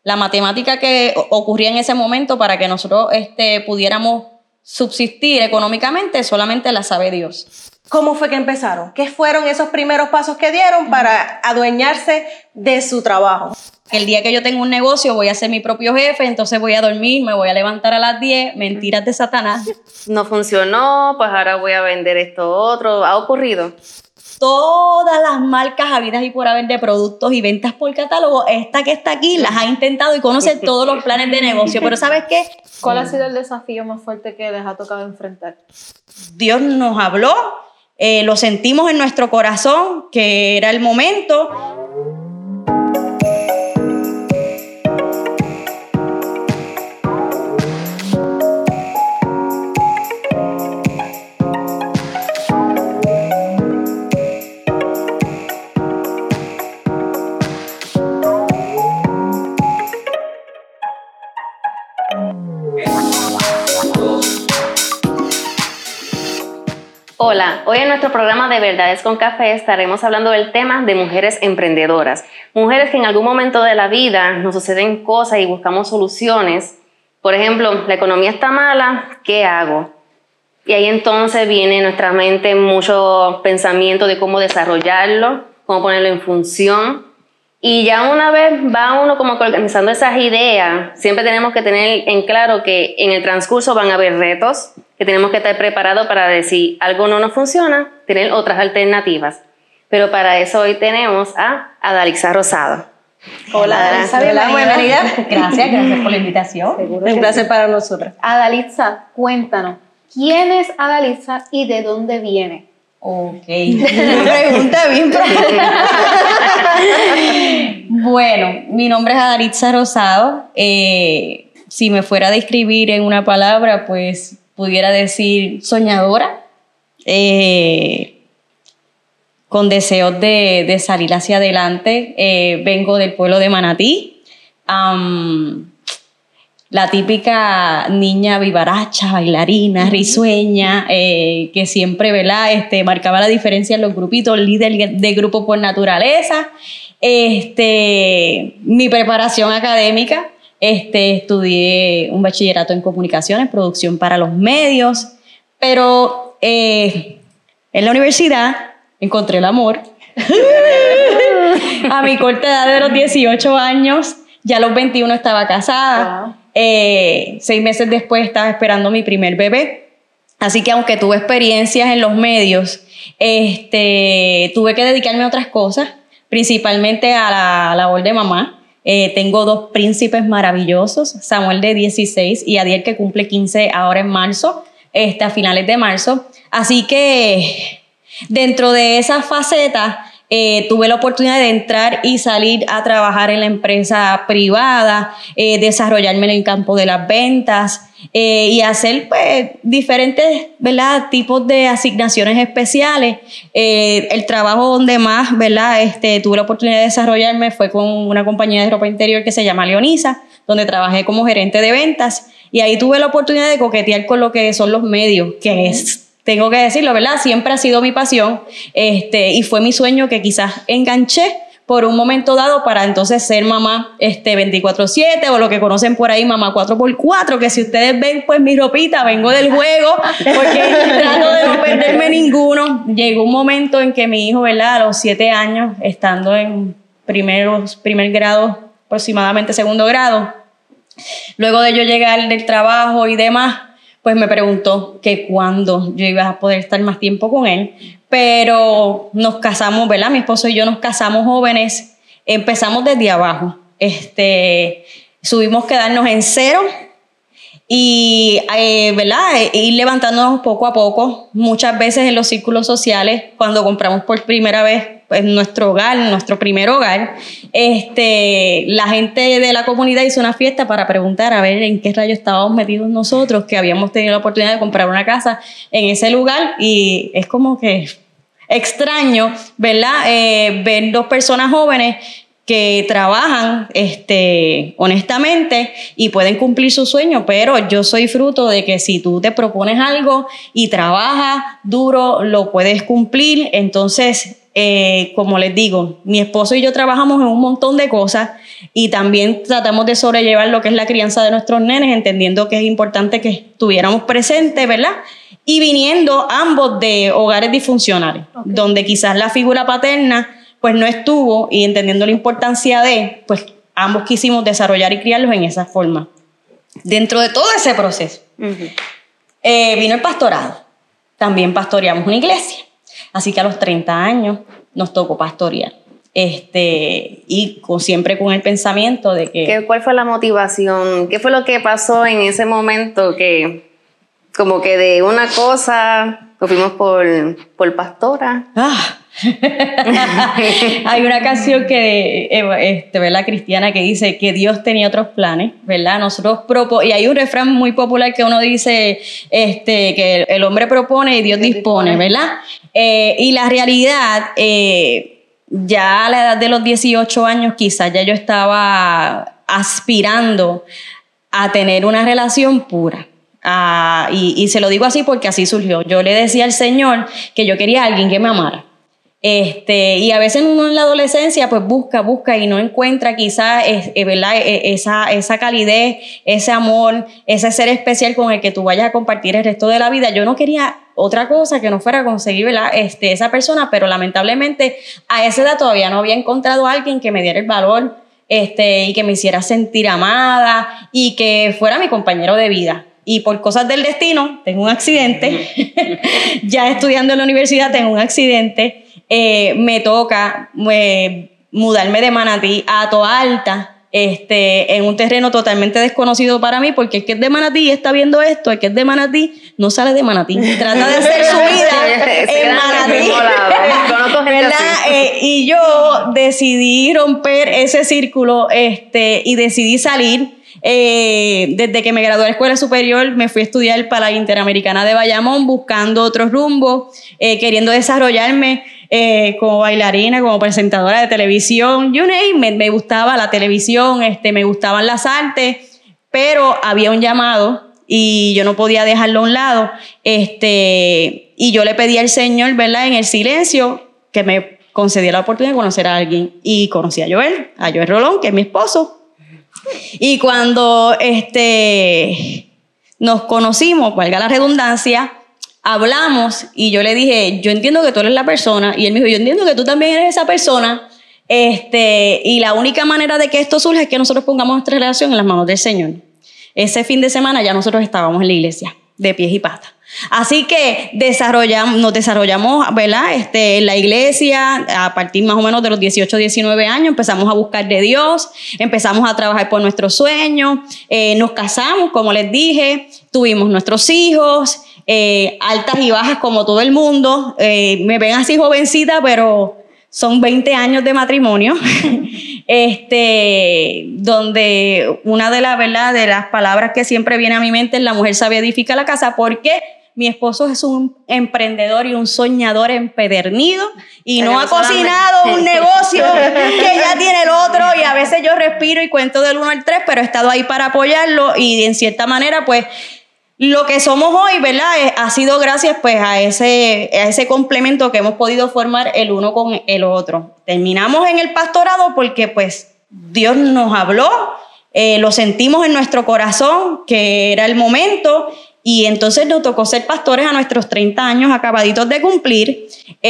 la matemática que ocurría en ese momento para que nosotros pudiéramos subsistir económicamente solamente la sabe Dios. ¿Cómo fue que empezaron? ¿Qué fueron esos primeros pasos que dieron para adueñarse de su trabajo? El día que yo tengo un negocio voy a ser mi propio jefe, entonces voy a dormir, me voy a levantar a las 10, mentiras de Satanás. No funcionó, pues ahora voy a vender esto otro. ¿Ha ocurrido? Todas las marcas habidas y por haber de productos y ventas por catálogo, esta que está aquí las ha intentado y conoce todos los planes de negocio, pero ¿sabes qué? ¿Cuál ha sido el desafío más fuerte que les ha tocado enfrentar? Dios nos habló, lo sentimos en nuestro corazón, que era el momento. Hola, hoy en nuestro programa de Verdades con Café estaremos hablando del tema de mujeres emprendedoras. Mujeres que en algún momento de la vida nos suceden cosas y buscamos soluciones. Por ejemplo, la economía está mala, ¿qué hago? Y ahí entonces viene en nuestra mente mucho pensamiento de cómo desarrollarlo, cómo ponerlo en función. Y ya una vez va uno como que organizando esas ideas, siempre tenemos que tener en claro que en el transcurso van a haber retos, que tenemos que estar preparados para decir algo no nos funciona, tener otras alternativas. Pero para eso hoy tenemos a Adalixa Rosado. Hola, Adalixa, bienvenida. Gracias por la invitación. Un placer para nosotras. Adalixa, cuéntanos, ¿quién es Adalixa y de dónde viene? Ok, una pregunta bien profunda. Bueno, mi nombre es Adalixa Rosado. Si me fuera a describir en una palabra, pues pudiera decir soñadora, con deseos de salir hacia adelante. Vengo del pueblo de Manatí. La típica niña vivaracha, bailarina, risueña, que siempre, ¿verdad? Marcaba la diferencia en los grupitos, líder de grupo por naturaleza. Mi preparación académica, estudié un bachillerato en comunicaciones, producción para los medios, pero en la universidad encontré el amor. A mi corta edad de los 18 años, ya a los 21 estaba casada. Wow. 6 meses después estaba esperando mi primer bebé. Así que aunque tuve experiencias en los medios, tuve que dedicarme a otras cosas, principalmente a la labor de mamá. Tengo 2 príncipes maravillosos, Samuel de 16 y Adiel que cumple 15 ahora en marzo, a finales de marzo. Así que dentro de esa faceta tuve la oportunidad de entrar y salir a trabajar en la empresa privada, desarrollarme en el campo de las ventas y hacer pues, diferentes, ¿verdad?, tipos de asignaciones especiales. El trabajo donde más, ¿verdad?, tuve la oportunidad de desarrollarme fue con una compañía de ropa interior que se llama Leonisa, donde trabajé como gerente de ventas y ahí tuve la oportunidad de coquetear con lo que son los medios, que es... Tengo que decirlo, ¿verdad? Siempre ha sido mi pasión y fue mi sueño que quizás enganché por un momento dado para entonces ser mamá 24/7 o lo que conocen por ahí, mamá 4x4, que si ustedes ven pues mi ropita, vengo del juego porque trato de no perderme ninguno. Llegó un momento en que mi hijo, ¿verdad? A los 7 años, estando en primer grado, aproximadamente 2º grado, luego de yo llegar del trabajo y demás, pues me preguntó que cuándo yo iba a poder estar más tiempo con él, pero nos casamos, ¿verdad? Mi esposo y yo nos casamos jóvenes, empezamos desde abajo, subimos quedarnos en cero y, ¿verdad? Ir levantándonos poco a poco, muchas veces en los círculos sociales, cuando compramos por primera vez pues, nuestro hogar, nuestro primer hogar, la gente de la comunidad hizo una fiesta para preguntar a ver en qué rayos estábamos metidos nosotros, que habíamos tenido la oportunidad de comprar una casa en ese lugar y es como que extraño, ¿verdad? Ver 2 personas jóvenes que trabajan honestamente y pueden cumplir su sueño, pero yo soy fruto de que si tú te propones algo y trabajas duro, lo puedes cumplir. Entonces, como les digo, mi esposo y yo trabajamos en un montón de cosas y también tratamos de sobrellevar lo que es la crianza de nuestros nenes, entendiendo que es importante que estuviéramos presentes, ¿verdad? Y viniendo ambos de hogares disfuncionales, donde quizás la figura paterna pues no estuvo, y entendiendo la importancia de, pues ambos quisimos desarrollar y criarlos en esa forma. Dentro de todo ese proceso, vino el pastorado. También pastoreamos una iglesia. Así que a los 30 años nos tocó pastorear. Y siempre con el pensamiento de que... ¿Cuál fue la motivación? ¿Qué fue lo que pasó en ese momento que como que de una cosa nos fuimos por pastora? Hay una canción que ¿verdad? Cristiana, que dice que Dios tenía otros planes, ¿verdad? Y hay un refrán muy popular que uno dice que el hombre propone y Dios dispone, ¿verdad? Y la realidad, ya a la edad de los 18 años quizás ya yo estaba aspirando a tener una relación pura. Y se lo digo así porque así surgió. Yo le decía al Señor que yo quería a alguien que me amara. Y a veces uno en la adolescencia pues busca y no encuentra quizás ¿verdad? esa calidez, ese amor, ese ser especial con el que tú vayas a compartir el resto de la vida. Yo no quería otra cosa que no fuera conseguir, ¿verdad? Esa persona, pero lamentablemente a esa edad todavía no había encontrado a alguien que me diera el valor y que me hiciera sentir amada y que fuera mi compañero de vida. Y por cosas del destino tengo un accidente. Ya estudiando en la universidad tengo un accidente. Me toca mudarme de Manatí a Toalta, en un terreno totalmente desconocido para mí, porque el que es de Manatí y está viendo esto, el que es de Manatí no sale de Manatí, trata de hacer su vida en Manatí. Conozco gente así. Y yo decidí romper ese círculo y decidí salir. Desde que me gradué de la escuela superior me fui a estudiar para la Interamericana de Bayamón, buscando otros rumbos, queriendo desarrollarme como bailarina, como presentadora de televisión, you name it. Me gustaba la televisión, me gustaban las artes, pero había un llamado y yo no podía dejarlo a un lado, y yo le pedí al Señor, ¿verdad? En el silencio, que me concediera la oportunidad de conocer a alguien, y conocí a Joel Rolón, que es mi esposo. Y cuando nos conocimos, valga la redundancia, hablamos y yo le dije, yo entiendo que tú eres la persona, y él me dijo, yo entiendo que tú también eres esa persona, y la única manera de que esto surja es que nosotros pongamos nuestra relación en las manos del Señor. Ese fin de semana ya nosotros estábamos en la iglesia, de pies y patas. Así que nos desarrollamos, ¿verdad? En la iglesia, a partir más o menos de los 18, 19 años, empezamos a buscar de Dios, empezamos a trabajar por nuestros sueños, nos casamos, como les dije, tuvimos nuestros hijos, altas y bajas como todo el mundo. Me ven así jovencita, pero son 20 años de matrimonio, donde una de las palabras que siempre viene a mi mente es: la mujer sabia edifica la casa, porque mi esposo es un emprendedor y un soñador empedernido y no ha cocinado un negocio que ya tiene el otro, y a veces yo respiro y cuento del 1 al 3, pero he estado ahí para apoyarlo, y en cierta manera pues lo que somos hoy, ¿verdad? Ha sido gracias pues a ese complemento que hemos podido formar el uno con el otro. Terminamos en el pastorado porque pues Dios nos habló, lo sentimos en nuestro corazón que era el momento, y entonces nos tocó ser pastores a nuestros 30 años acabaditos de cumplir,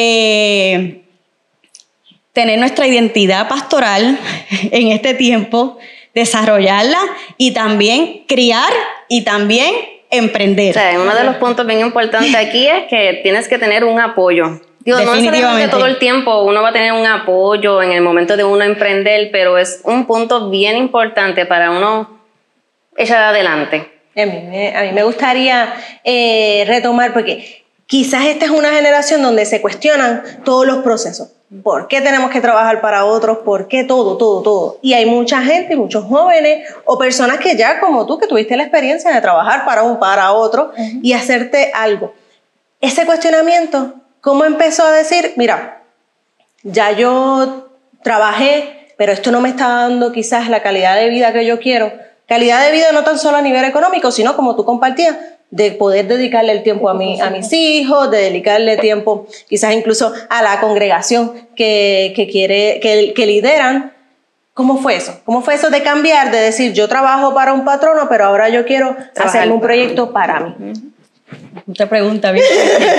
tener nuestra identidad pastoral en este tiempo, desarrollarla y también criar y también emprender. O sea, uno de los puntos bien importantes aquí es que tienes que tener un apoyo. Digo, no necesariamente todo el tiempo uno va a tener un apoyo en el momento de uno emprender, pero es un punto bien importante para uno echar adelante. A mí me gustaría retomar, porque quizás esta es una generación donde se cuestionan todos los procesos. ¿Por qué tenemos que trabajar para otros? ¿Por qué todo? Y hay mucha gente, muchos jóvenes o personas que ya como tú, que tuviste la experiencia de trabajar para otro y hacerte algo. Ese cuestionamiento, ¿cómo empezó a decir, mira, ya yo trabajé, pero esto no me está dando quizás la calidad de vida que yo quiero? Calidad de vida no tan solo a nivel económico, sino como tú compartías, de poder dedicarle el tiempo a mis hijos, de dedicarle tiempo quizás incluso a la congregación que lideran. ¿Cómo fue eso? ¿Cómo fue eso de cambiar, de decir, yo trabajo para un patrono, pero ahora yo quiero hacerme un proyecto para mí? Otra pregunta, bien.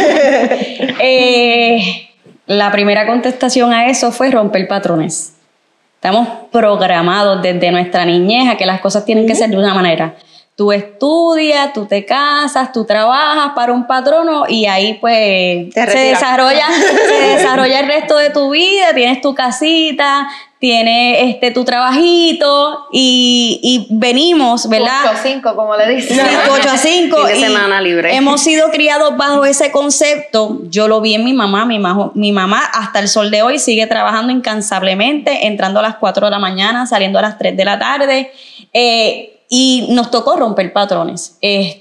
La primera contestación a eso fue romper patrones. Estamos programados desde nuestra niñez a que las cosas tienen que ser de una manera. Tú estudias, tú te casas, tú trabajas para un patrono y ahí pues se desarrolla el resto de tu vida, tienes tu casita, tienes tu trabajito y venimos, ¿verdad? 8 a 5, como le dicen. 8 a 5. Fin de semana libre. Hemos sido criados bajo ese concepto. Yo lo vi en mi mamá. Mi mamá hasta el sol de hoy sigue trabajando incansablemente, entrando a las 4 de la mañana, saliendo a las 3 de la tarde. Y nos tocó romper patrones,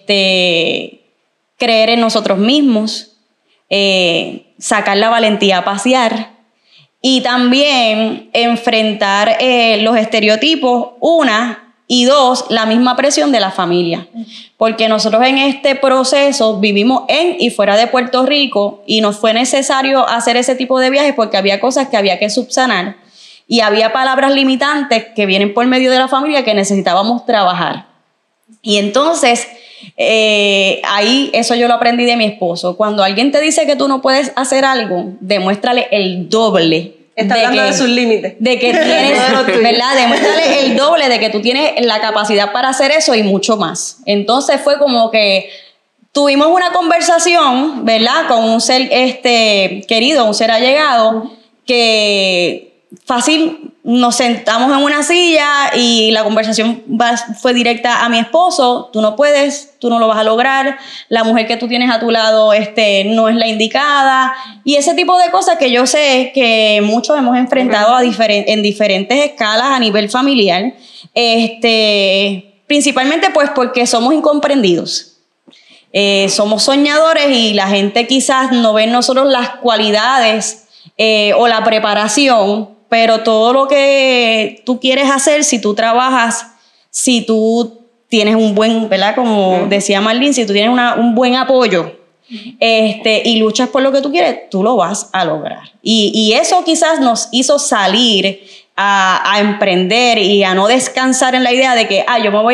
creer en nosotros mismos, sacar la valentía a pasear y también enfrentar los estereotipos, 1, y 2, la misma presión de la familia. Porque nosotros en este proceso vivimos en y fuera de Puerto Rico y nos fue necesario hacer ese tipo de viajes porque había cosas que había que subsanar. Y había palabras limitantes que vienen por medio de la familia que necesitábamos trabajar. Y entonces, ahí eso yo lo aprendí de mi esposo. Cuando alguien te dice que tú no puedes hacer algo, demuéstrale el doble. Está hablando de sus límites. De que tienes, ¿verdad? Demuéstrale el doble de que tú tienes la capacidad para hacer eso y mucho más. Entonces fue como que tuvimos una conversación, ¿verdad? Con un ser querido, un ser allegado, que fácil nos sentamos en una silla y la conversación fue directa a mi esposo. Tú no puedes, tú no lo vas a lograr, la mujer que tú tienes a tu lado no es la indicada, y ese tipo de cosas que yo sé que muchos hemos enfrentado en diferentes escalas a nivel familiar, principalmente pues porque somos incomprendidos. Somos soñadores y la gente quizás no ve en nosotros las cualidades o la preparación, pero todo lo que tú quieres hacer, si tú trabajas, si tú tienes un buen, ¿verdad? Como decía Marlene, si tú tienes un buen apoyo y luchas por lo que tú quieres, tú lo vas a lograr. Y eso quizás nos hizo salir a emprender y a no descansar en la idea de que yo me voy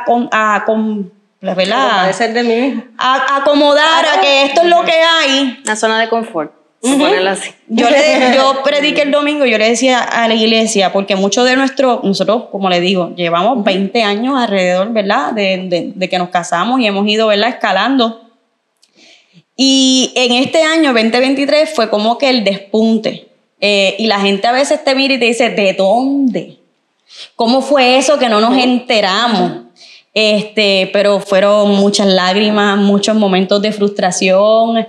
¿verdad? De mí mismo. A acomodar a que esto es lo que hay. La zona de confort. Así. Yo prediqué el domingo, yo le decía a la iglesia, porque muchos de nosotros, como le digo, llevamos 20 años alrededor, ¿verdad? De que nos casamos y hemos ido, ¿verdad? Escalando. Y en este año, 2023, fue como que el despunte. Y la gente a veces te mira y te dice, ¿de dónde? ¿Cómo fue eso que no nos enteramos? Pero fueron muchas lágrimas, muchos momentos de frustración,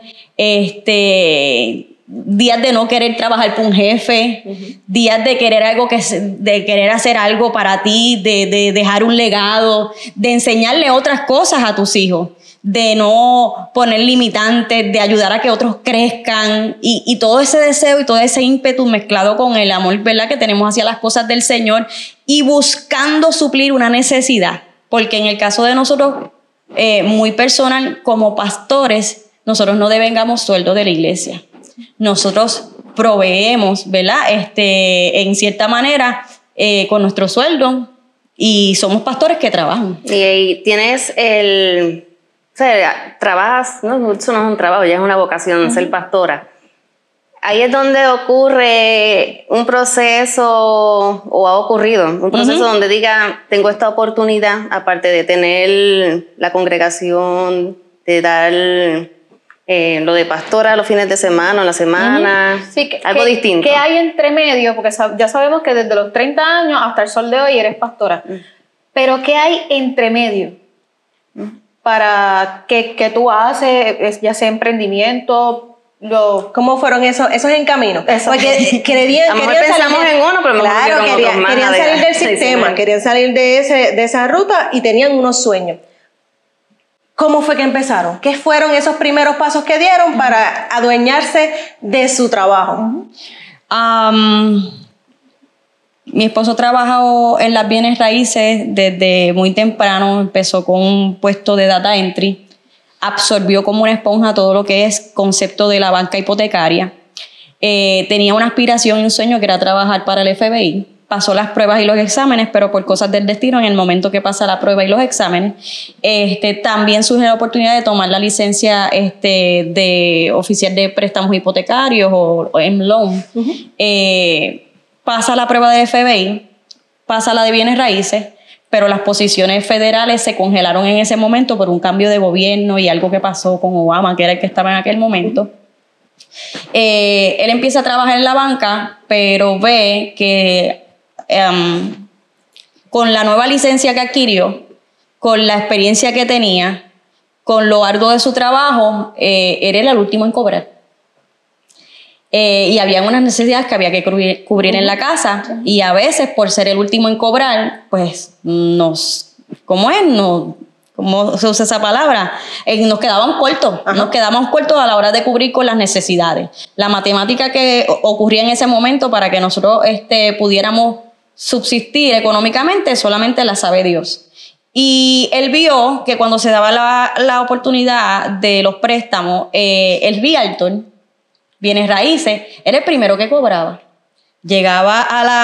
días de no querer trabajar para un jefe, días de querer de querer hacer algo para ti, de dejar un legado, de enseñarle otras cosas a tus hijos, de no poner limitantes, de ayudar a que otros crezcan y todo ese deseo y todo ese ímpetu mezclado con el amor, ¿verdad?, que tenemos hacia las cosas del Señor y buscando suplir una necesidad. Porque en el caso de nosotros, muy personal, como pastores, nosotros no devengamos sueldo de la iglesia. Nosotros proveemos, ¿verdad? En cierta manera, con nuestro sueldo, y somos pastores que trabajan. Y tienes o sea, trabajas, no, eso no es un trabajo, ya es una vocación, ser pastora. Ahí es donde ocurre un proceso, o ha ocurrido, un proceso donde diga, tengo esta oportunidad, aparte de tener la congregación, de dar lo de pastora los fines de semana, o la semana, sí, algo distinto. ¿Qué hay entre medio? Porque ya sabemos que desde los 30 años hasta el sol de hoy eres pastora. Pero ¿qué hay entre medio? Para que tú haces, ya sea emprendimiento... ¿Cómo fueron esos en camino? Porque a lo mejor pensamos en uno, pero claro, querían salir del sistema, querían salir de esa ruta y tenían unos sueños. ¿Cómo fue que empezaron? ¿Qué fueron esos primeros pasos que dieron para adueñarse de su trabajo? Mi esposo trabajó en las bienes raíces desde muy temprano, empezó con un puesto de data entry, absorbió como una esponja todo lo que es concepto de la banca hipotecaria. Tenía una aspiración y un sueño que era trabajar para el FBI. pasó las pruebas y los exámenes, pero por cosas del destino, en el momento que pasa la prueba y los exámenes, también surge la oportunidad de tomar la licencia de oficial de préstamos hipotecarios o M-Loan. Pasa la prueba de FBI, pasa la de bienes raíces, pero las posiciones federales se congelaron en ese momento por un cambio de gobierno y algo que pasó con Obama, que era el que estaba en aquel momento. Él empieza a trabajar en la banca, pero ve que con la nueva licencia que adquirió, con la experiencia que tenía, con lo arduo de su trabajo, era el último en cobrar. Y había unas necesidades que había que cubrir en la casa, y a veces por ser el último en cobrar, pues ¿cómo se usa esa palabra? Nos quedábamos cortos, a la hora de cubrir con las necesidades. La matemática que ocurría en ese momento para que nosotros pudiéramos subsistir económicamente solamente la sabe Dios. Y él vio que cuando se daba la oportunidad de los préstamos, el realtor, bienes raíces, era el primero que cobraba. Llegaba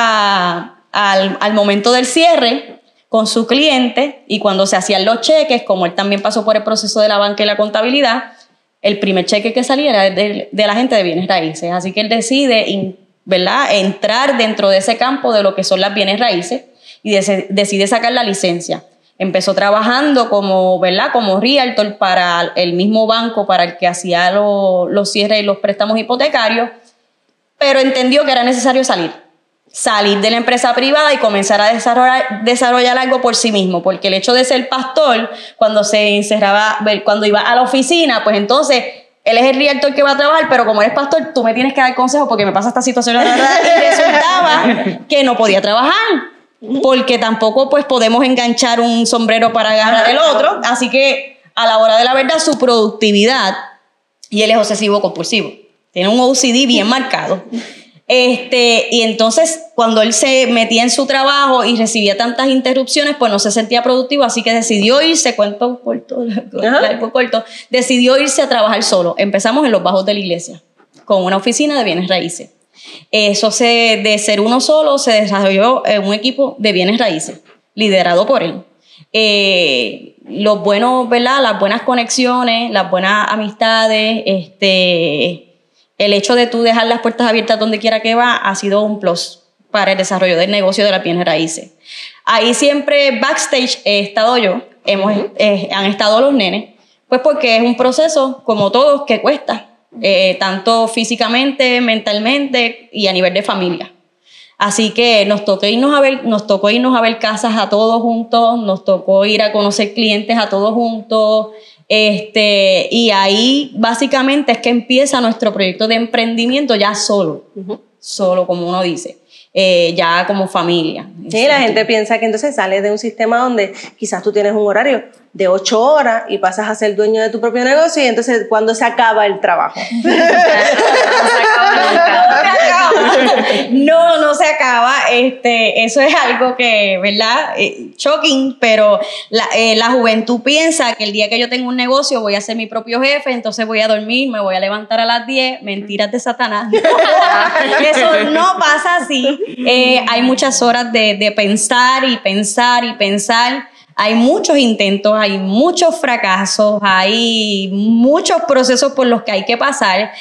al momento del cierre con su cliente, y cuando se hacían los cheques, como él también pasó por el proceso de la banca y la contabilidad, el primer cheque que salía era de la gente de bienes raíces. Así que él decide, ¿verdad?, entrar dentro de ese campo de lo que son las bienes raíces, y decide sacar la licencia. Empezó trabajando como realtor para el mismo banco para el que hacía los cierres y los préstamos hipotecarios, pero entendió que era necesario salir de la empresa privada y comenzar a desarrollar algo por sí mismo, porque el hecho de ser pastor, cuando se encerraba, cuando iba a la oficina, pues entonces él es el realtor que va a trabajar, pero como eres pastor, tú me tienes que dar consejos porque me pasa esta situación, la verdad, y resultaba que no podía trabajar, porque tampoco pues podemos enganchar un sombrero para agarrar el otro, así que a la hora de la verdad su productividad, y él es obsesivo compulsivo, tiene un OCD bien marcado. Y entonces cuando él se metía en su trabajo y recibía tantas interrupciones, pues no se sentía productivo, así que decidió irse, largo corto, decidió irse a trabajar solo. Empezamos en los bajos de la iglesia, con una oficina de bienes raíces. Eso de ser uno solo se desarrolló en un equipo de bienes raíces, liderado por él. Los buenos, ¿verdad?, las buenas conexiones, las buenas amistades, el hecho de tú dejar las puertas abiertas donde quiera que va ha sido un plus para el desarrollo del negocio de las bienes raíces. Ahí siempre backstage he estado yo, han estado los nenes, pues porque es un proceso, como todos, que cuesta, tanto físicamente, mentalmente y a nivel de familia. Así que nos tocó irnos a ver casas a todos juntos, nos tocó ir a conocer clientes a todos juntos. Y ahí básicamente es que empieza nuestro proyecto de emprendimiento ya solo, como uno dice, ya como familia. Sí, la gente piensa que entonces sales de un sistema donde quizás tú tienes un horario de 8 horas y pasas a ser dueño de tu propio negocio, y entonces ¿cuándo se acaba el trabajo? No se acaba. Eso es algo que, ¿verdad? Shocking, pero la juventud piensa que el día que yo tengo un negocio voy a ser mi propio jefe, entonces voy a dormir, me voy a levantar a las 10, mentiras de Satanás. Eso no pasa así. Hay muchas horas de pensar y pensar y pensar. Hay muchos intentos, hay muchos fracasos, hay muchos procesos por los que hay que pasar.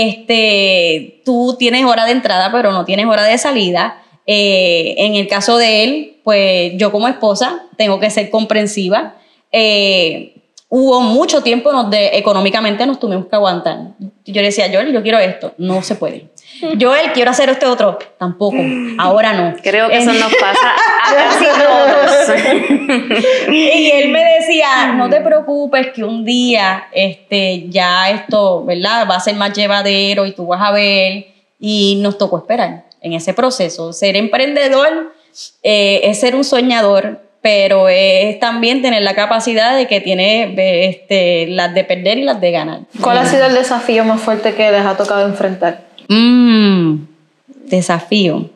Tú tienes hora de entrada, pero no tienes hora de salida. En el caso de él, pues yo como esposa tengo que ser comprensiva. Hubo mucho tiempo donde económicamente nos tuvimos que aguantar. Yo le decía, Joel, yo quiero esto. No se puede. Joel, quiero hacer otro. Tampoco. Ahora no. Creo que eso nos pasa a casi todos. Y él me decía, no te preocupes que un día ya esto, ¿verdad?, va a ser más llevadero y tú vas a ver. Y nos tocó esperar en ese proceso. Ser emprendedor es ser un soñador, pero es también tener la capacidad de que tiene las de perder y las de ganar. ¿Cuál ha sido el desafío más fuerte que les ha tocado enfrentar? Desafío.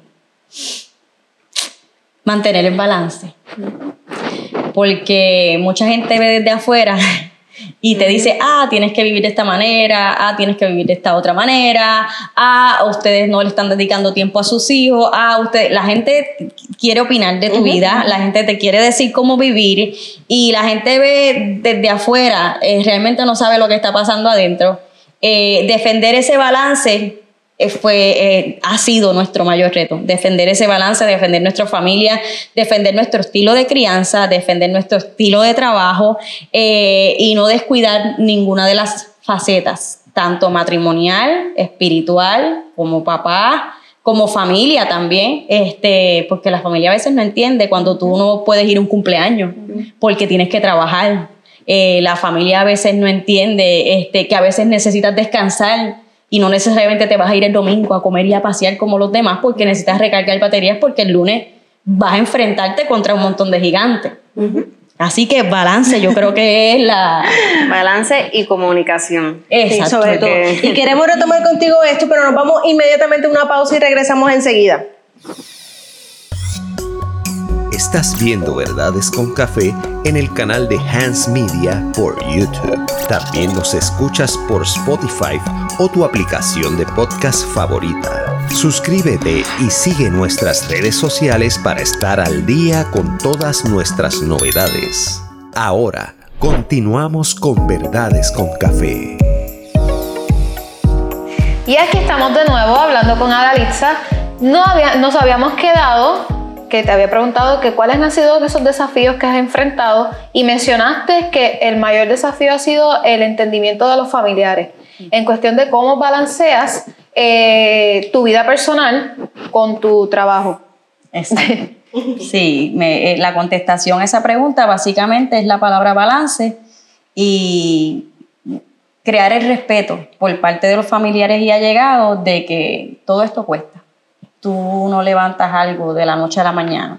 Mantener el balance. Porque mucha gente ve desde afuera Y te dice, tienes que vivir de esta manera, tienes que vivir de esta otra manera, ustedes no le están dedicando tiempo a sus hijos, la gente quiere opinar de tu vida, la gente te quiere decir cómo vivir y la gente ve desde afuera, realmente no sabe lo que está pasando adentro. Defender ese balance ha sido nuestro mayor reto, defender ese balance, defender nuestra familia, defender nuestro estilo de crianza, defender nuestro estilo de trabajo y no descuidar ninguna de las facetas, tanto matrimonial, espiritual, como papá, como familia también, porque la familia a veces no entiende cuando tú no puedes ir a un cumpleaños porque tienes que trabajar. La familia a veces no entiende que a veces necesitas descansar y no necesariamente te vas a ir el domingo a comer y a pasear como los demás porque necesitas recargar baterías porque el lunes vas a enfrentarte contra un montón de gigantes. Así que balance, yo creo que es la... Balance y comunicación. Exacto. Sí, sobre todo. Y queremos retomar contigo esto, pero nos vamos inmediatamente a una pausa y regresamos enseguida. Estás viendo Verdades con Café en el canal de Hans Media por YouTube. También nos escuchas por Spotify o tu aplicación de podcast favorita. Suscríbete y sigue nuestras redes sociales para estar al día con todas nuestras novedades. Ahora, continuamos con Verdades con Café. Y aquí estamos de nuevo hablando con Adalitza. Nos habíamos quedado que te había preguntado que cuáles han sido esos desafíos que has enfrentado y mencionaste que el mayor desafío ha sido el entendimiento de los familiares en cuestión de cómo balanceas tu vida personal con tu trabajo. Exacto. Sí, la contestación a esa pregunta básicamente es la palabra balance y crear el respeto por parte de los familiares y allegados de que todo esto cuesta. Tú no levantas algo de la noche a la mañana.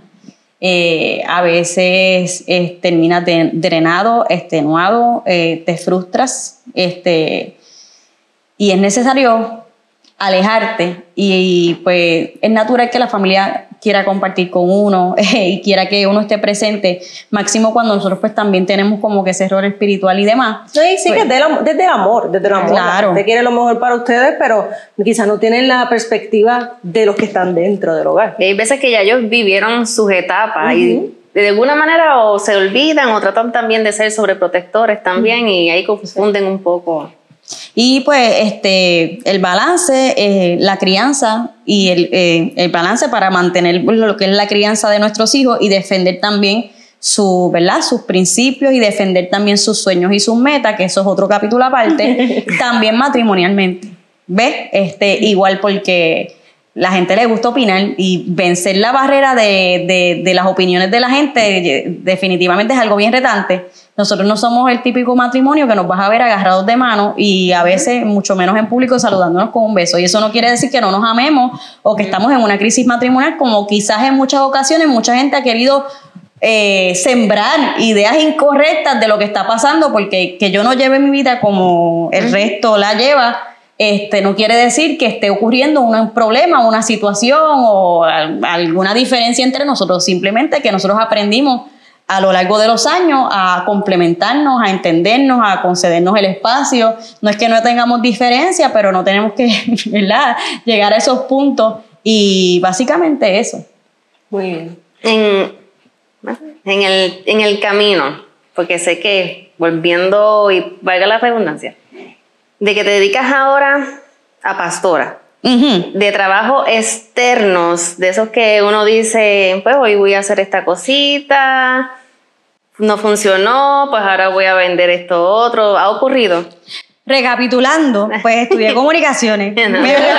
A veces terminas drenado, extenuado, te frustras y es necesario alejarte y pues es natural que la familia quiera compartir con uno y quiera que uno esté presente, máximo cuando nosotros pues también tenemos como que ese error espiritual y demás. Sí, pues, que desde el amor. Claro. Usted quiere lo mejor para ustedes, pero quizás no tienen la perspectiva de los que están dentro del hogar. Y hay veces que ya ellos vivieron sus etapas y de alguna manera o se olvidan o tratan también de ser sobreprotectores también y ahí confunden un poco. Y pues el balance, la crianza y el balance para mantener lo que es la crianza de nuestros hijos y defender también sus principios y defender también sus sueños y sus metas, que eso es otro capítulo aparte, también matrimonialmente. ¿Ves? Igual porque la gente le gusta opinar y vencer la barrera de las opiniones de la gente definitivamente es algo bien retante. Nosotros no somos el típico matrimonio que nos vas a ver agarrados de mano y a veces, mucho menos en público, saludándonos con un beso. Y eso no quiere decir que no nos amemos o que estamos en una crisis matrimonial, como quizás en muchas ocasiones mucha gente ha querido sembrar ideas incorrectas de lo que está pasando, porque que yo no lleve mi vida como el resto la lleva, no quiere decir que esté ocurriendo un problema, una situación o alguna diferencia entre nosotros, simplemente que nosotros aprendimos a lo largo de los años a complementarnos, a entendernos, a concedernos el espacio. No es que no tengamos diferencia, pero no tenemos que, ¿verdad?, llegar a esos puntos y básicamente eso. Muy bien. En el camino, porque sé que volviendo, y valga la redundancia, de que te dedicas ahora a pastora, de trabajos externos, de esos que uno dice, pues hoy voy a hacer esta cosita, no funcionó, pues ahora voy a vender esto otro. ¿Ha ocurrido? Recapitulando, pues estudié comunicaciones. Me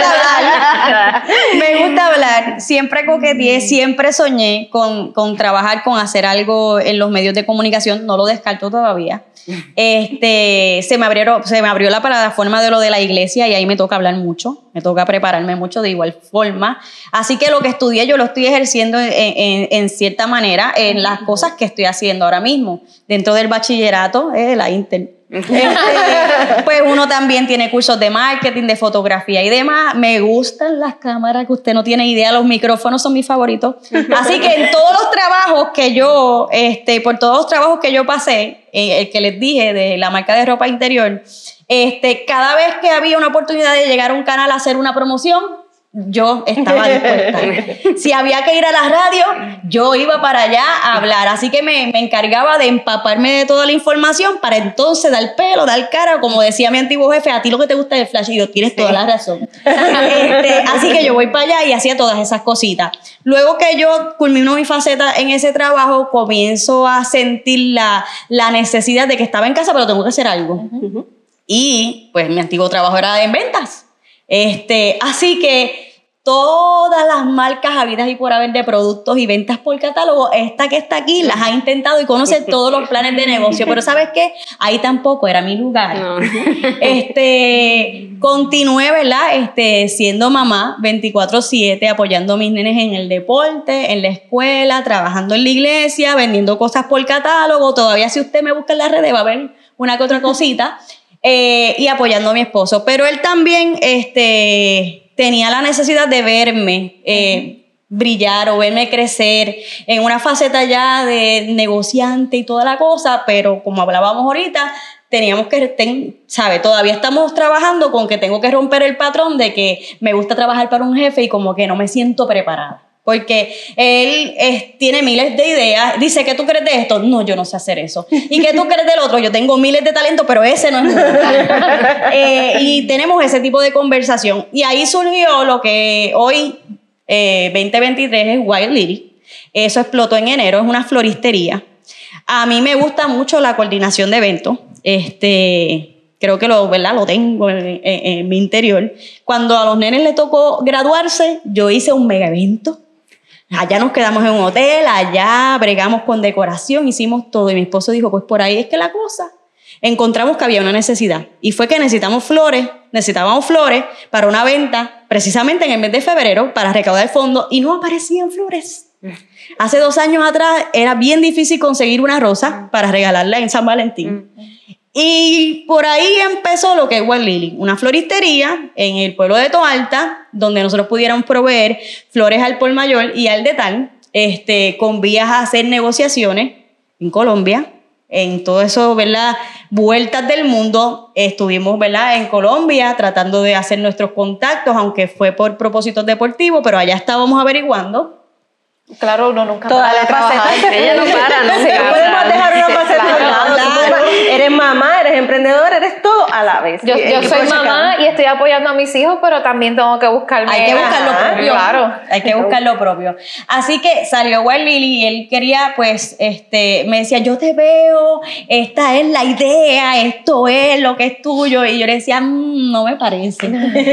gusta hablar. Siempre coqueteé, siempre soñé con trabajar, con hacer algo en los medios de comunicación. No lo descarto todavía. Se me abrió la plataforma de lo de la iglesia y ahí me toca hablar mucho, me toca prepararme mucho de igual forma. Así que lo que estudié, yo lo estoy ejerciendo en cierta manera en las cosas que estoy haciendo ahora mismo. Dentro del bachillerato, la Pues uno también tiene cursos de marketing, de fotografía y demás. Me gustan las cámaras, que usted no tiene idea, los micrófonos son mis favoritos. Así que en todos los trabajos que yo, por todos los trabajos que yo pasé, el que les dije de la marca de ropa interior, cada vez que había una oportunidad de llegar a un canal a hacer una promoción, yo estaba dispuesta. Si había que ir a la radio, yo iba para allá a hablar. Así que me encargaba de empaparme de toda la información para entonces dar pelo, dar cara. Como decía mi antiguo jefe, a ti lo que te gusta es el flash. Y yo, tienes toda la razón. Así que yo voy para allá y hacía todas esas cositas. Luego que yo culmino mi faceta en ese trabajo, comienzo a sentir la necesidad de que estaba en casa, pero tengo que hacer algo. Y pues mi antiguo trabajo era en ventas. Así que todas las marcas habidas y por haber de productos y ventas por catálogo, esta que está aquí las ha intentado y conoce todos los planes de negocio, pero ¿sabes qué? Ahí tampoco era mi lugar. No. Continué, ¿verdad? Siendo mamá 24/7, apoyando a mis nenes en el deporte, en la escuela, trabajando en la iglesia, vendiendo cosas por catálogo. Todavía si usted me busca en las redes va a ver una que otra cosita. Y apoyando a mi esposo. Pero él también tenía la necesidad de verme brillar o verme crecer en una faceta ya de negociante y toda la cosa, pero como hablábamos ahorita, teníamos que, ¿sabe? Todavía estamos trabajando con que tengo que romper el patrón de que me gusta trabajar para un jefe y como que no me siento preparada. Porque él tiene miles de ideas. Dice, ¿qué tú crees de esto? No, yo no sé hacer eso. ¿Y qué tú crees del otro? Yo tengo miles de talentos, pero ese no es uno. Y tenemos ese tipo de conversación. Y ahí surgió lo que hoy, 2023, es Wild Lily. Eso explotó en enero, es una floristería. A mí me gusta mucho la coordinación de eventos. Creo que lo tengo en mi interior. Cuando a los nenes les tocó graduarse, yo hice un mega evento. Allá nos quedamos en un hotel, allá bregamos con decoración, hicimos todo. Y mi esposo dijo, pues por ahí es que la cosa. Encontramos que había una necesidad. Y fue que necesitábamos flores para una venta, precisamente en el mes de febrero, para recaudar fondos, y no aparecían flores. Hace 2 años atrás era bien difícil conseguir una rosa para regalarla en San Valentín. Y por ahí empezó lo que es Wild Lily, una floristería en el pueblo de Toalta, donde nosotros pudiéramos proveer flores al por mayor y al detal, con vías a hacer negociaciones en Colombia, en todo eso, ¿verdad? Vueltas del mundo. Estuvimos, ¿verdad? En Colombia tratando de hacer nuestros contactos, aunque fue por propósitos deportivos, pero allá estábamos averiguando. Claro, uno nunca para de trabajar. Ella no para, no se podemos dejar una faceta de lado. Eres mamá, eres emprendedora, eres todo a la vez. Yo soy mamá y estoy apoyando a mis hijos, pero también tengo que buscarme. Hay que buscar lo propio. Claro. Hay que buscar lo propio. Así que salió Wild Lily y él quería, pues, me decía, yo te veo, esta es la idea, esto es lo que es tuyo. Y yo le decía, no me parece.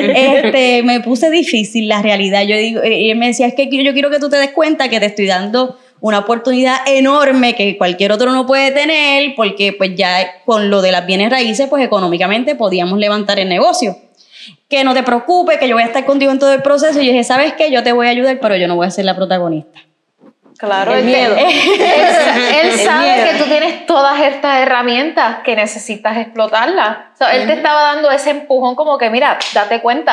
Me puse difícil la realidad. Y él me decía, es que yo quiero que tú te des cuenta que te estoy dando una oportunidad enorme que cualquier otro no puede tener, porque pues ya con lo de las bienes raíces, pues económicamente podíamos levantar el negocio. Que no te preocupes, que yo voy a estar contigo en todo el proceso. Y yo dije, ¿sabes qué? Yo te voy a ayudar, pero yo no voy a ser la protagonista. Claro, el miedo. Él sabe que tú tienes todas estas herramientas que necesitas explotarlas. O sea, él te estaba dando ese empujón como que, mira, date cuenta.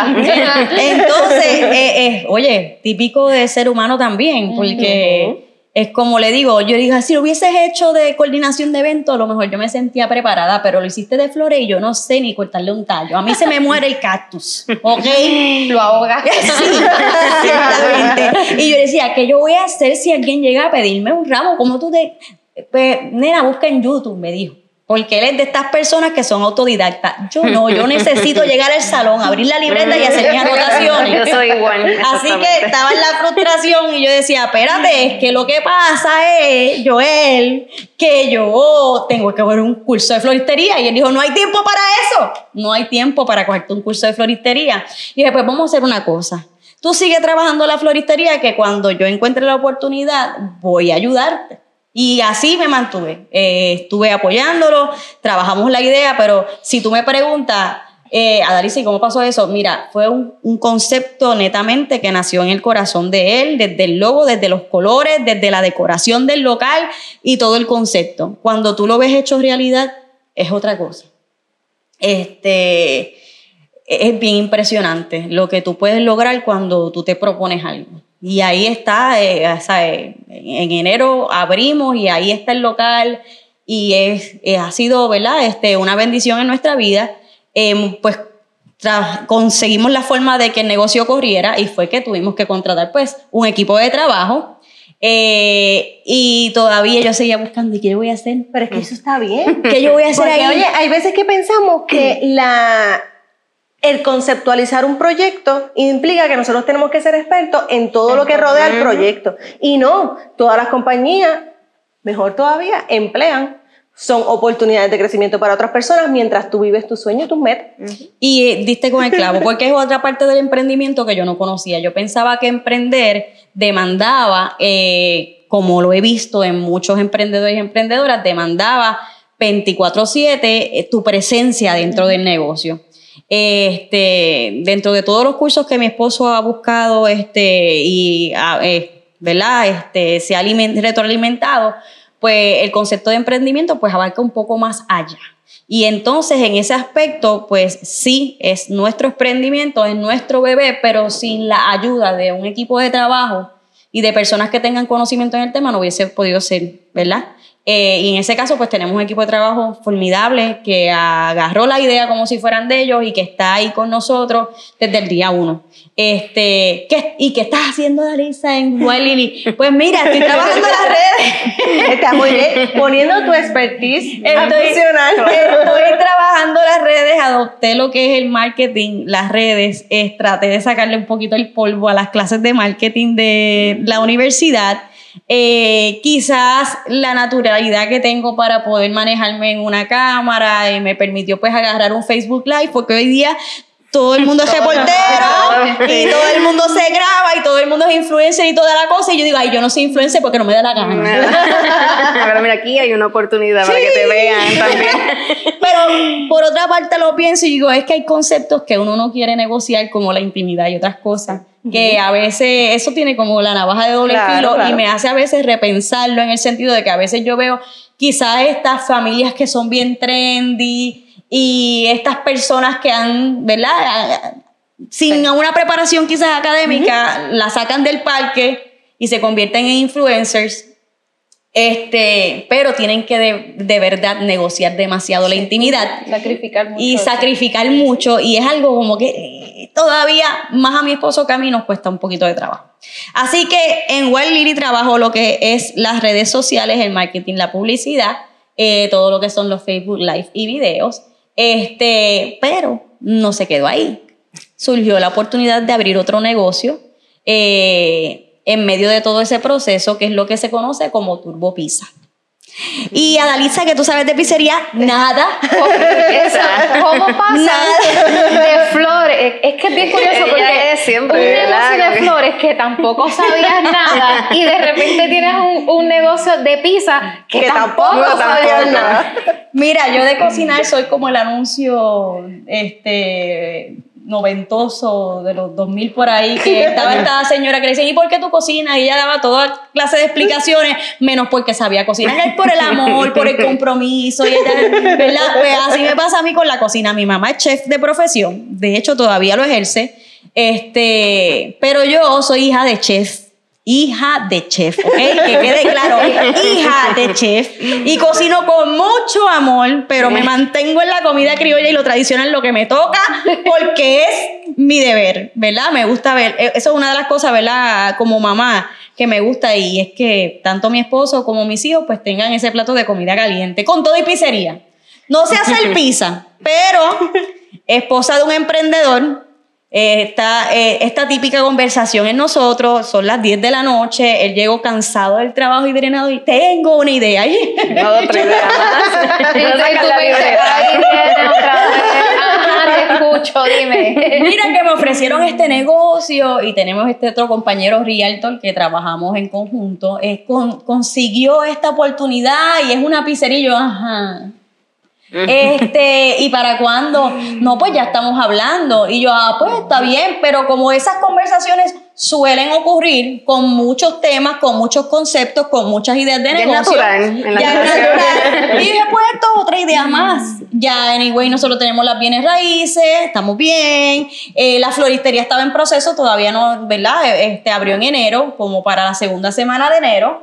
Entonces, oye, típico de ser humano también, porque es como le digo, yo digo, si lo hubieses hecho de coordinación de eventos, a lo mejor yo me sentía preparada, pero lo hiciste de flores y yo no sé ni cortarle un tallo. A mí se me muere el cactus, ¿ok? Lo ahogas. Sí, exactamente. Y yo decía, ¿qué yo voy a hacer si alguien llega a pedirme un ramo? ¿Cómo tú te...? Pues, nena, busca en YouTube, me dijo. Porque él es de estas personas que son autodidactas. Yo no, yo necesito llegar al salón, abrir la libreta y hacer mis anotaciones. Yo soy igual. Así que estaba en la frustración y yo decía, espérate, es que lo que pasa es, Joel, que yo tengo que coger un curso de floristería. Y él dijo, no hay tiempo para eso. No hay tiempo para cogerte un curso de floristería. Y dije, pues vamos a hacer una cosa. Tú sigue trabajando la floristería, que cuando yo encuentre la oportunidad voy a ayudarte. Y así me mantuve, estuve apoyándolo, trabajamos la idea, pero si tú me preguntas, Adalisa, ¿y cómo pasó eso? Mira, fue un concepto netamente que nació en el corazón de él, desde el logo, desde los colores, desde la decoración del local y todo el concepto. Cuando tú lo ves hecho realidad, es otra cosa. es bien impresionante lo que tú puedes lograr cuando tú te propones algo. Y ahí está, en enero abrimos y ahí está el local y ha sido, ¿verdad? Una bendición en nuestra vida. Pues conseguimos la forma de que el negocio corriera y fue que tuvimos que contratar pues un equipo de trabajo. Y todavía yo seguía buscando, ¿y qué yo voy a hacer? Pero es que eso está bien. ¿Qué yo voy a hacer porque, ahí? Oye, hay veces que pensamos que el conceptualizar un proyecto implica que nosotros tenemos que ser expertos en todo lo que rodea el proyecto. Y no, todas las compañías, mejor todavía, emplean. Son oportunidades de crecimiento para otras personas mientras tú vives tus sueños y tus metas. Y diste con el clavo, porque es otra parte del emprendimiento que yo no conocía. Yo pensaba que emprender demandaba, como lo he visto en muchos emprendedores y emprendedoras, demandaba 24/7 tu presencia dentro del negocio. Dentro de todos los cursos que mi esposo ha buscado ¿verdad? Se ha retroalimentado, pues el concepto de emprendimiento pues abarca un poco más allá. Y entonces en ese aspecto pues sí, es nuestro emprendimiento, es nuestro bebé, pero sin la ayuda de un equipo de trabajo y de personas que tengan conocimiento en el tema no hubiese podido ser, ¿verdad? Y en ese caso pues tenemos un equipo de trabajo formidable que agarró la idea como si fueran de ellos y que está ahí con nosotros desde el día 1. ¿Y qué estás haciendo, Dalisa, en Wild Lily? Pues mira, estoy trabajando en las redes. Está muy bien, poniendo tu expertise a funcionar. Estoy trabajando las redes, adopté lo que es el marketing, las redes, traté de sacarle un poquito el polvo a las clases de marketing de la universidad. Quizás la naturalidad que tengo para poder manejarme en una cámara me permitió pues agarrar un Facebook Live, porque hoy día todo el mundo es reportero y todo el mundo se graba y todo el mundo es influencer y toda la cosa, y yo digo, ay, yo no soy influencer porque no me da la gana. Pero mira, aquí hay una oportunidad para que te vean también. Pero por otra parte lo pienso y digo, es que hay conceptos que uno no quiere negociar, como la intimidad y otras cosas, que a veces eso tiene como la navaja de doble filo, y me hace a veces repensarlo, en el sentido de que a veces yo veo quizás estas familias que son bien trendy y estas personas que han, ¿verdad? Sin una preparación quizás académica, la sacan del parque y se convierten en influencers. Pero tienen que de verdad negociar demasiado la intimidad. Sacrificar mucho. Y sacrificar mucho. Y es algo como que todavía más a mi esposo que a mí nos cuesta un poquito de trabajo. Así que en Wild Lily trabajo lo que es las redes sociales, el marketing, la publicidad, todo lo que son los Facebook Live y videos. Pero no se quedó ahí. Surgió la oportunidad de abrir otro negocio en medio de todo ese proceso, que es lo que se conoce como Turbo Pizza. Y Adalisa, que tú sabes de pizzería, nada. ¿Cómo pasa de flores? Es que es bien curioso porque es siempre, un negocio de flores que tampoco sabías nada y de repente tienes un negocio de pizza que tampoco sabías nada. Mira, yo de cocinar soy como el anuncio noventoso de los 2000 por ahí, que estaba esta señora que le decía, ¿y por qué tú cocinas? Y ella daba toda clase de explicaciones, menos porque sabía cocinar. Es por el amor, por el compromiso, y ella, ¿verdad? Pues así me pasa a mí con la cocina. Mi mamá es chef de profesión, de hecho todavía lo ejerce, pero yo soy hija de chef, ¿ok? Que quede claro, hija de chef, y cocino con mucho amor, pero me mantengo en la comida criolla y lo tradicional, lo que me toca, porque es mi deber, ¿verdad? Me gusta ver, eso es una de las cosas, ¿verdad? Como mamá, que me gusta, y es que tanto mi esposo como mis hijos pues tengan ese plato de comida caliente, con todo y pizzería. No sé hacer pizza, pero esposa de un emprendedor. Esta típica conversación en nosotros, son las 10 de la noche, él llegó cansado del trabajo y drenado y tengo una idea. No, otra idea más. Y tú me dices, ahí viene otra vez. Ajá, te escucho, dime. Mira que me ofrecieron este negocio y tenemos este otro compañero realtor que trabajamos en conjunto, consiguió esta oportunidad y es una pizzería y yo, ajá. ¿Y para cuándo? No, pues ya estamos hablando. Y yo, pues está bien, pero como esas conversaciones suelen ocurrir con muchos temas, con muchos conceptos, con muchas ideas de negocio. Es natural. Ya es natural. Y dije, pues esto es otra demás. Ya, anyway, nosotros tenemos las bienes raíces, estamos bien. La floristería estaba en proceso, todavía no, ¿verdad? Abrió en enero, como para la segunda semana de enero.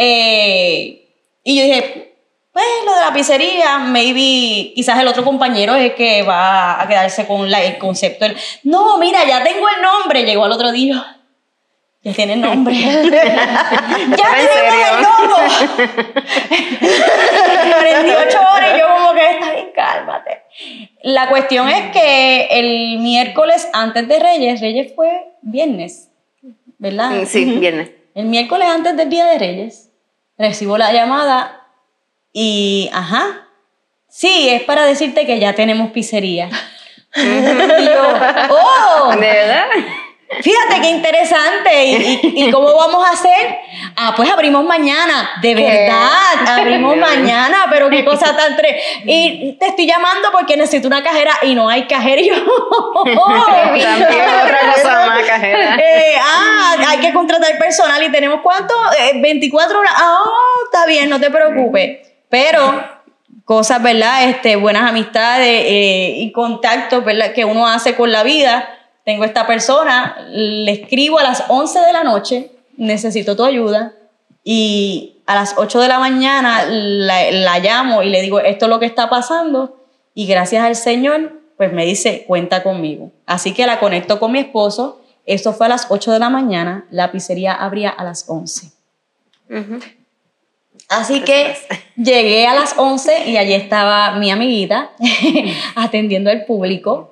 Y yo dije, pues lo de la pizzería, maybe, quizás el otro compañero es el que va a quedarse con el concepto. No, mira, ya tengo el nombre. Llegó al otro día, ya tiene el nombre. Ya tenemos el logo. 48 horas y yo como que está bien, cálmate. La cuestión es que el miércoles antes de Reyes fue viernes, ¿verdad? Sí, viernes. El miércoles antes del Día de Reyes, recibo la llamada y, sí, es para decirte que ya tenemos pizzería. Y yo, ¡oh! ¿De verdad? Fíjate qué interesante. ¿Y cómo vamos a hacer? Pues abrimos mañana. De verdad, abrimos mañana, pero qué cosa tan y te estoy llamando porque necesito una cajera y no hay cajera. Y yo, también otra cosa más, cajera. Hay que contratar personal y tenemos ¿cuánto? 24 horas. Está bien, no te preocupes. Pero cosas, ¿verdad? Buenas amistades y contactos, ¿verdad? Que uno hace con la vida. Tengo esta persona, le escribo a las 11 de la noche, necesito tu ayuda, y a las 8 de la mañana la llamo y le digo, esto es lo que está pasando, y gracias al Señor, pues me dice, cuenta conmigo. Así que la conecto con mi esposo, esto fue a las 8 de la mañana, la pizzería abría a las 11. Así que llegué a las 11 y allí estaba mi amiguita atendiendo al público,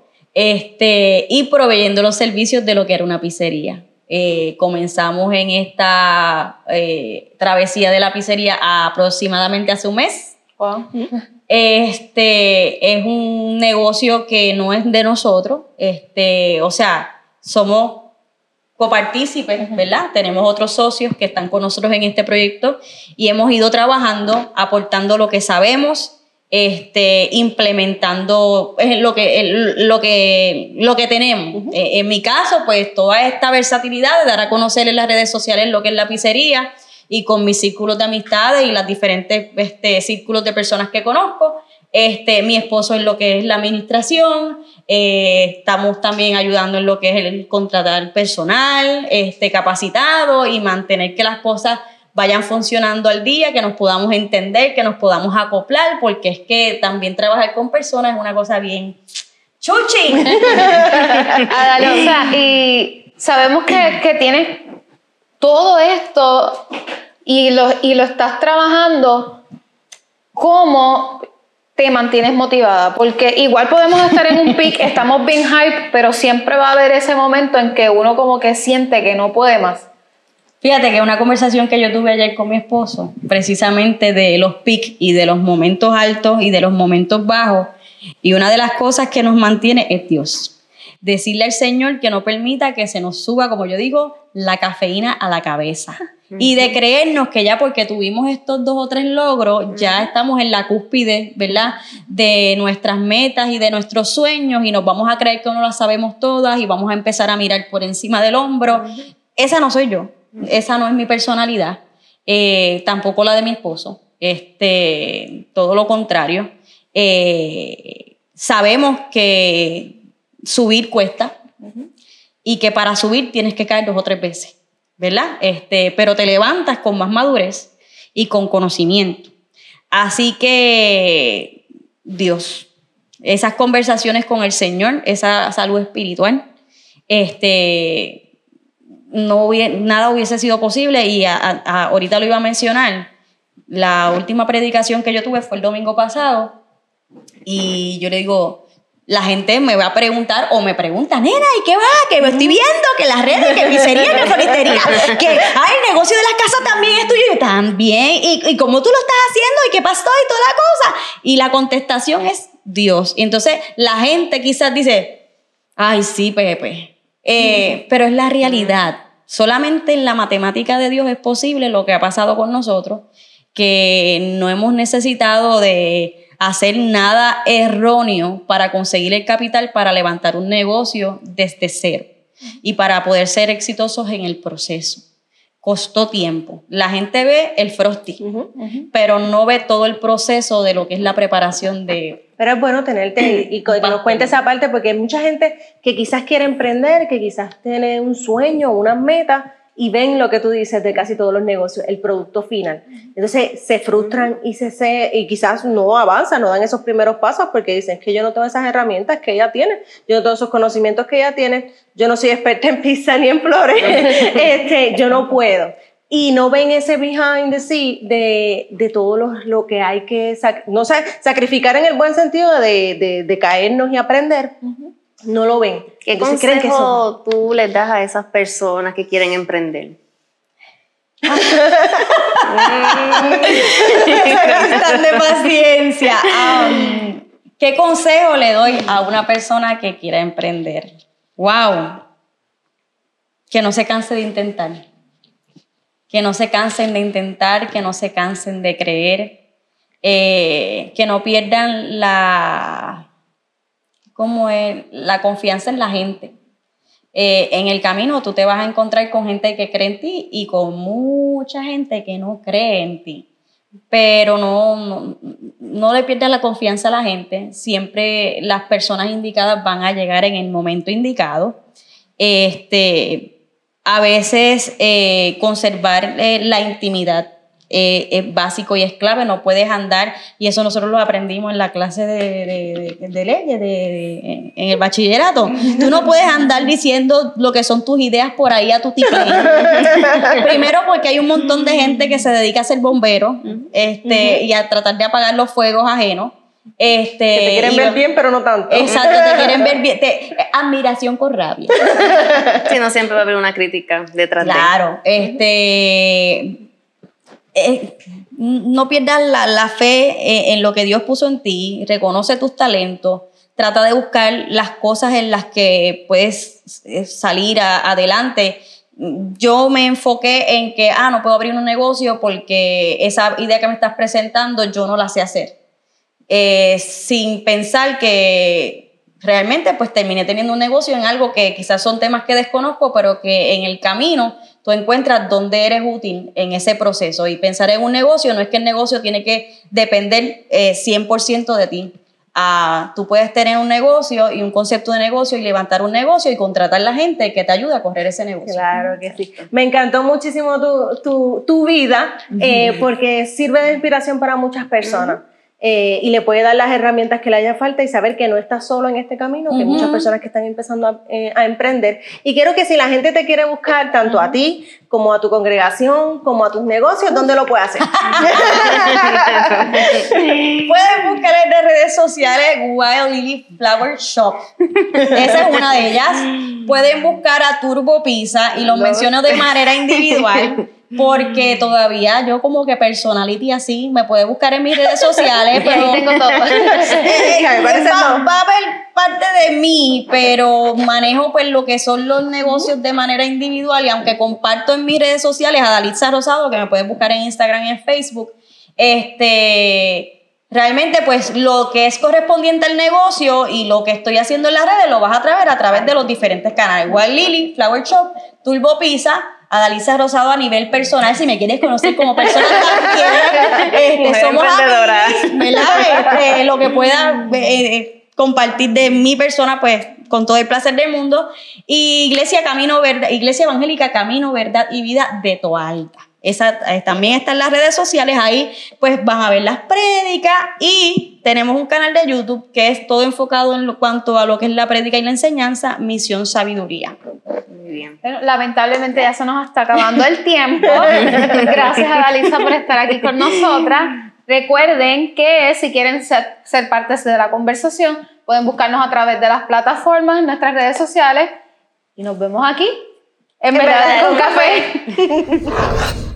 y proveyendo los servicios de lo que era una pizzería. Comenzamos en esta travesía de la pizzería aproximadamente hace un mes. Wow. Es un negocio que no es de nosotros, o sea, somos copartícipes, ¿verdad? Tenemos otros socios que están con nosotros en este proyecto y hemos ido trabajando, aportando lo que sabemos, implementando lo que tenemos. En mi caso, pues toda esta versatilidad de dar a conocer en las redes sociales lo que es la pizzería y con mis círculos de amistades y las diferentes círculos de personas que conozco. Mi esposo en lo que es la administración, estamos también ayudando en lo que es el contratar personal, capacitado y mantener que las cosas vayan funcionando al día, que nos podamos entender, que nos podamos acoplar, porque es que también trabajar con personas es una cosa bien chuchi. Adalisa, y sabemos que tienes todo esto y lo estás trabajando. ¿Cómo te mantienes motivada? Porque igual podemos estar en un peak, estamos bien hype, pero siempre va a haber ese momento en que uno como que siente que no puede más. Fíjate que una conversación que yo tuve ayer con mi esposo, precisamente de los peaks y de los momentos altos y de los momentos bajos, y una de las cosas que nos mantiene es Dios. Decirle al Señor que no permita que se nos suba, como yo digo, la cafeína a la cabeza. Y de creernos que ya porque tuvimos estos 2 o 3 logros, ya estamos en la cúspide, ¿verdad? De nuestras metas y de nuestros sueños y nos vamos a creer que no las sabemos todas y vamos a empezar a mirar por encima del hombro. Esa no soy yo, esa no es mi personalidad, tampoco la de mi esposo, todo lo contrario. Sabemos que subir cuesta y que para subir tienes que caer 2 o 3 veces. ¿Verdad? Pero te levantas con más madurez y con conocimiento. Así que Dios, esas conversaciones con el Señor, esa salud espiritual, nada hubiese sido posible y ahorita lo iba a mencionar. La última predicación que yo tuve fue el domingo pasado y yo le digo, la gente me va a preguntar o me pregunta, nena, ¿y qué va? Que me estoy viendo, que las redes, que pizzería, que floristería, que el negocio de las casas también es tuyo. Y también, ¿y cómo tú lo estás haciendo? ¿Y qué pasó? Y toda la cosa. Y la contestación es Dios. Y entonces la gente quizás dice, ay, sí, Pepe. Pero es la realidad. Solamente en la matemática de Dios es posible lo que ha pasado con nosotros, que no hemos necesitado de hacer nada erróneo para conseguir el capital para levantar un negocio desde cero y para poder ser exitosos en el proceso. costó tiempo. La gente ve el frosting, pero no ve todo el proceso de lo que es la preparación de... Pero es bueno tenerte y que nos cuente esa parte, porque hay mucha gente que quizás quiere emprender, que quizás tiene un sueño, una meta, y ven lo que tú dices de casi todos los negocios, el producto final. Entonces se frustran y quizás no avanzan, no dan esos primeros pasos porque dicen que yo no tengo esas herramientas que ella tiene, yo no tengo esos conocimientos que ella tiene, yo no soy experta en pizza ni en flores, yo no puedo. Y no ven ese behind the scene de todo lo que hay que sacrificar en el buen sentido de caernos y aprender. No lo ven. ¿Qué consejo tú les das a esas personas que quieren emprender? Están de paciencia. ¿Qué consejo le doy a una persona que quiera emprender? ¡Wow! Que no se canse de intentar. Que no se cansen de intentar, que no se cansen de creer, que no pierdan la confianza en la gente. En el camino tú te vas a encontrar con gente que cree en ti y con mucha gente que no cree en ti. Pero no le pierdas la confianza a la gente. Siempre las personas indicadas van a llegar en el momento indicado. A veces conservar la intimidad es básico y es clave. No puedes andar, y eso nosotros lo aprendimos en la clase de leyes en el bachillerato. Tú no puedes andar diciendo lo que son tus ideas por ahí a tu tiplén. Primero porque hay un montón de gente que se dedica a ser bombero y a tratar de apagar los fuegos ajenos. Que te quieren ver bien, pero no tanto. Exacto, te quieren ver bien. Admiración con rabia. Sí, no siempre va a haber una crítica detrás de. Claro, no pierdas la fe en lo que Dios puso en ti, reconoce tus talentos, trata de buscar las cosas en las que puedes salir adelante. Yo me enfoqué en que, no puedo abrir un negocio porque esa idea que me estás presentando yo no la sé hacer. Sin pensar que realmente pues terminé teniendo un negocio en algo que quizás son temas que desconozco, pero que en el camino tú encuentras dónde eres útil en ese proceso. Y pensar en un negocio no es que el negocio tiene que depender 100% de ti. Tú puedes tener un negocio y un concepto de negocio y levantar un negocio y contratar a la gente que te ayude a correr ese negocio. Claro que sí. Me encantó muchísimo tu vida porque sirve de inspiración para muchas personas. Y le puede dar las herramientas que le haya falta y saber que no estás solo en este camino, que hay muchas personas que están empezando a emprender. Y quiero que si la gente te quiere buscar, tanto a ti, como a tu congregación, como a tus negocios, ¿dónde lo puede hacer? Pueden buscar en las redes sociales Wild Lily Flower Shop. Esa es una de ellas. Pueden buscar a Turbo Pizza y los menciono de manera individual. Porque todavía yo como que personality así, me puede buscar en mis redes sociales, pero ahí tengo todo. va a haber parte de mí, pero manejo pues lo que son los negocios de manera individual, y aunque comparto en mis redes sociales a Dalitza Rosado, que me puedes buscar en Instagram y en Facebook, realmente pues lo que es correspondiente al negocio y lo que estoy haciendo en las redes lo vas a traer a través de los diferentes canales. Wild Lily Flower Shop, Turbo Pizza, a Dalitza Rosado a nivel personal. Si me quieres conocer como persona también, somos amigas, ¿verdad? Lo que pueda compartir de mi persona, pues con todo el placer del mundo. Y Iglesia Evangélica Camino, Verdad y Vida de Toalta. Esa también está en las redes sociales. Ahí pues van a ver las prédicas, y tenemos un canal de YouTube que es todo enfocado en cuanto a lo que es la prédica y la enseñanza, Misión Sabiduría. Muy bien. Pero, lamentablemente ya se nos está acabando el tiempo. Gracias a Dalitza por estar aquí con nosotras. Recuerden que si quieren ser parte de la conversación, pueden buscarnos a través de las plataformas en nuestras redes sociales, y nos vemos aquí en Verdades con Café.